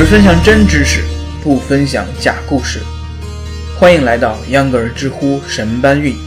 分享真知识，不分享假故事。欢迎来到秧歌儿知乎神搬运。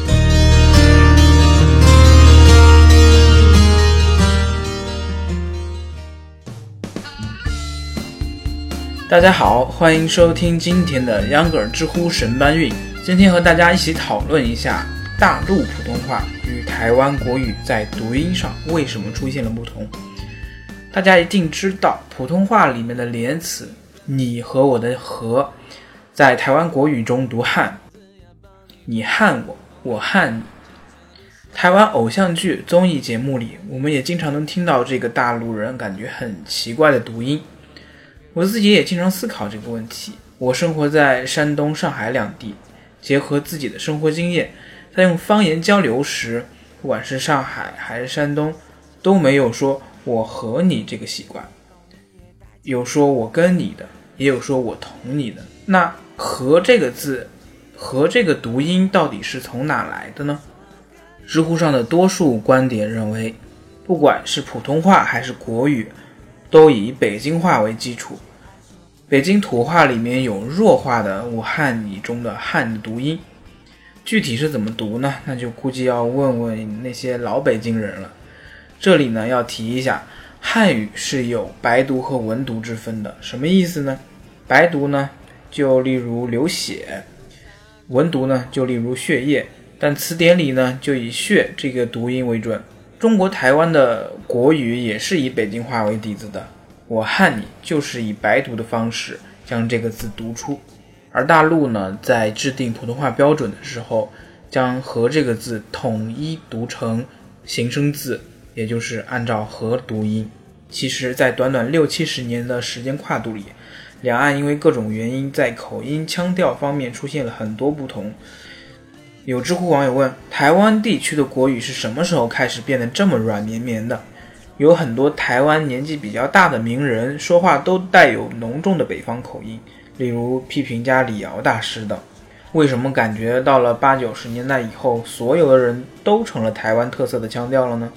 大家好，欢迎收听今天的秧歌儿知乎神搬运。今天和大家一起讨论一下大陆普通话与台湾国语在读音上为什么出现了不同。大家一定知道，普通话里面的连词你和我的和，在台湾国语中读汉，你汉我，我汉你。台湾偶像剧综艺节目里，我们也经常能听到这个大陆人感觉很奇怪的读音。我自己也经常思考这个问题。我生活在山东、上海两地，结合自己的生活经验，在用方言交流时，不管是上海还是山东，都没有说我和你这个习惯，有说我跟你的，也有说我同你的。那和这个字，和这个读音到底是从哪来的呢？知乎上的多数观点认为，不管是普通话还是国语，都以北京话为基础。北京土话里面有弱化的我汉你中的汉的读音，具体是怎么读呢？那就估计要问问那些老北京人了。这里呢要提一下，汉语是有白读和文读之分的。什么意思呢？白读呢就例如流血，文读呢就例如血液，但词典里呢就以血这个读音为准。中国台湾的国语也是以北京话为底子的，我汉你就是以白读的方式将这个字读出。而大陆呢在制定普通话标准的时候，将和这个字统一读成形声字，也就是按照和读音。其实在短短60-70年的时间跨度里，两岸因为各种原因在口音腔调方面出现了很多不同。有知乎网友问，台湾地区的国语是什么时候开始变得这么软绵绵的？有很多台湾年纪比较大的名人说话都带有浓重的北方口音，例如批评家李敖大师等。为什么感觉到了80-90年代以后，所有的人都成了台湾特色的腔调了呢？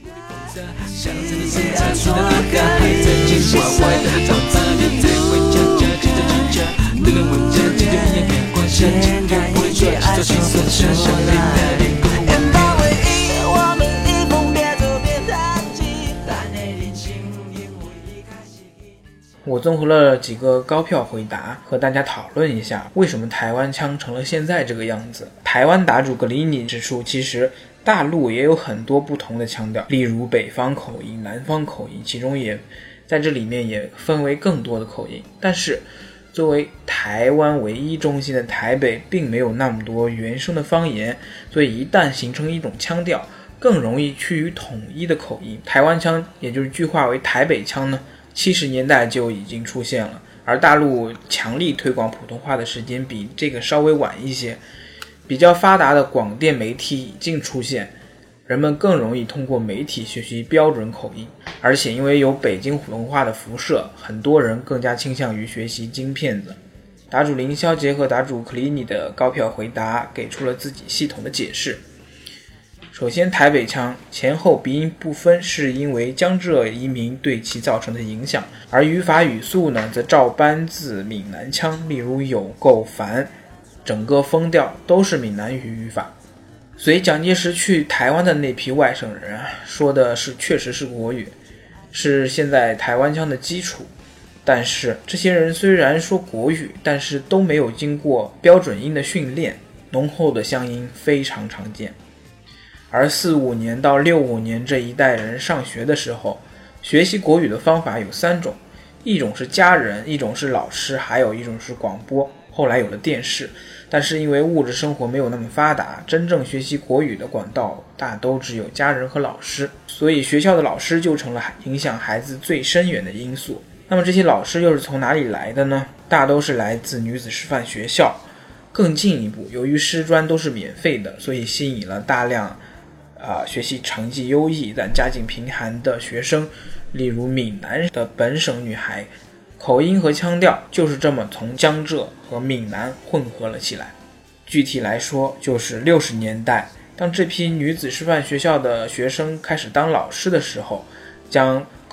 我综合了几个高票回答，和大家讨论一下为什么台湾腔成了现在这个样子。台湾答主格里尼指出，其实大陆也有很多不同的腔调，例如北方口音、南方口音，其中也在这里面也分为更多的口音。但是作为台湾唯一中心的台北并没有那么多原生的方言，所以一旦形成一种腔调，更容易趋于统一的口音。台湾腔也就是句化为台北腔呢，70年代就已经出现了，而大陆强力推广普通话的时间比这个稍微晚一些。比较发达的广电媒体已经出现，人们更容易通过媒体学习标准口音，而且因为有北京普通话的辐射，很多人更加倾向于学习京片子。答主林霄杰和答主克里尼的高票回答给出了自己系统的解释。首先，台北腔前后鼻音不分是因为江浙移民对其造成的影响，而语法语速呢则照搬自闽南腔，例如有够烦，整个风调都是闽南语语法。所以蒋介石去台湾的那批外省人说的是确实是国语，是现在台湾腔的基础。但是这些人虽然说国语，但是都没有经过标准音的训练，浓厚的乡音非常常见。而45年到65年这一代人上学的时候，学习国语的方法有3种，一种是家人，一种是老师，还有一种是广播，后来有了电视。但是因为物质生活没有那么发达，真正学习国语的管道大都只有家人和老师，所以学校的老师就成了影响孩子最深远的因素。那么这些老师又是从哪里来的呢？大都是来自女子师范学校。更进一步，由于师专都是免费的，所以吸引了大量学习成绩优异但家境贫寒的学生，例如闽南的本省女孩，口音和腔调就是这么从江浙和闽南混合了起来。具体来说，就是60年代，当这批女子师范学校的学生开始当老师的时候，将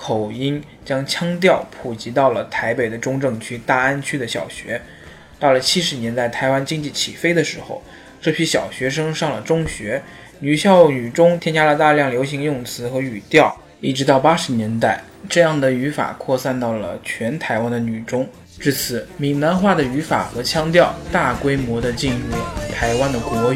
口音将腔调普及到了台北的中正区大安区的小学。到了70年代台湾经济起飞的时候，这批小学生上了中学，女校语中添加了大量流行用词和语调，一直到80年代，这样的语法扩散到了全台湾的女中。至此，闽南话的语法和腔调大规模地进入了台湾的国语。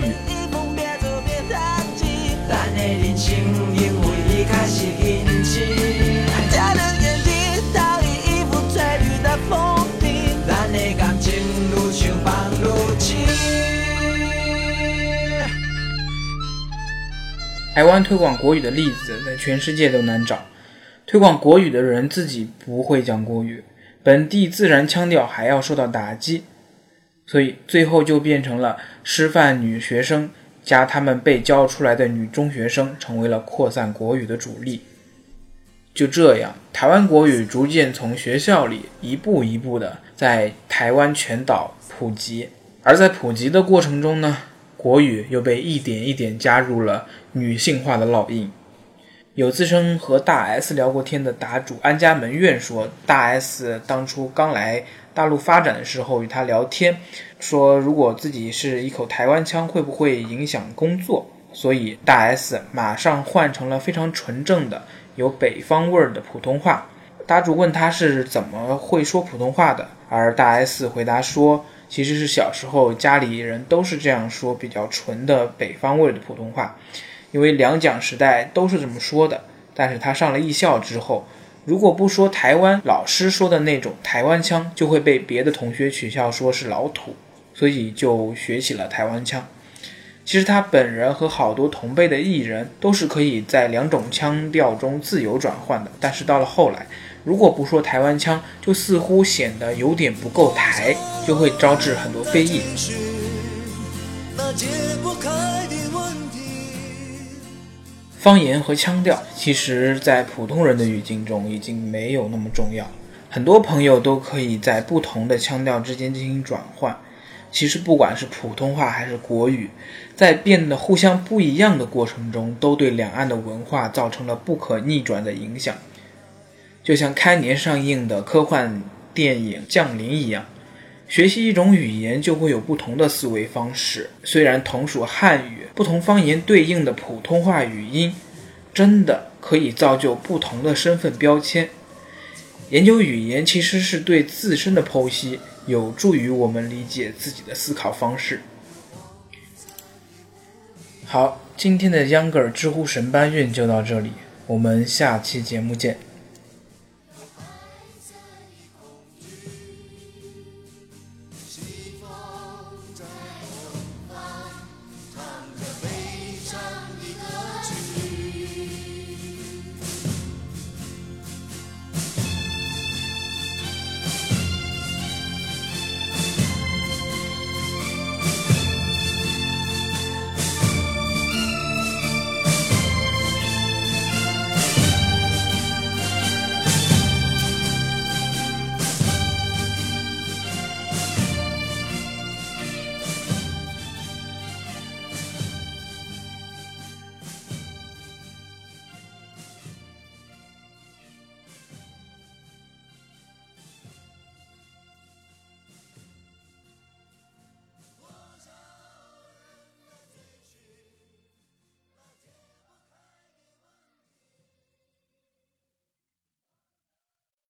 台湾推广国语的例子在全世界都难找，推广国语的人自己不会讲国语，本地自然腔调还要受到打击，所以最后就变成了师范女学生加他们被教出来的女中学生成为了扩散国语的主力。就这样，台湾国语逐渐从学校里一步一步的在台湾全岛普及，而在普及的过程中呢，国语又被一点一点加入了女性化的烙印。有自称和大 S 聊过天的答主安家门院说，大 S 当初刚来大陆发展的时候与他聊天，说如果自己是一口台湾腔会不会影响工作，所以大 S 马上换成了非常纯正的有北方味儿的普通话。答主问他是怎么会说普通话的，而大 S 回答说，其实是小时候家里人都是这样说比较纯的北方味的普通话，因为两蒋时代都是这么说的。但是他上了艺校之后，如果不说台湾老师说的那种台湾腔，就会被别的同学取笑说是老土，所以就学起了台湾腔。其实他本人和好多同辈的艺人都是可以在两种腔调中自由转换的，但是到了后来，如果不说台湾腔，就似乎显得有点不够台，就会招致很多非议。方言和腔调其实在普通人的语境中已经没有那么重要，很多朋友都可以在不同的腔调之间进行转换。其实不管是普通话还是国语，在变得互相不一样的过程中，都对两岸的文化造成了不可逆转的影响。就像开年上映的科幻电影《降临》一样，学习一种语言就会有不同的思维方式。虽然同属汉语，不同方言对应的普通话语音真的可以造就不同的身份标签。研究语言其实是对自身的剖析，有助于我们理解自己的思考方式。好，今天的秧歌儿知乎神搬运就到这里，我们下期节目见。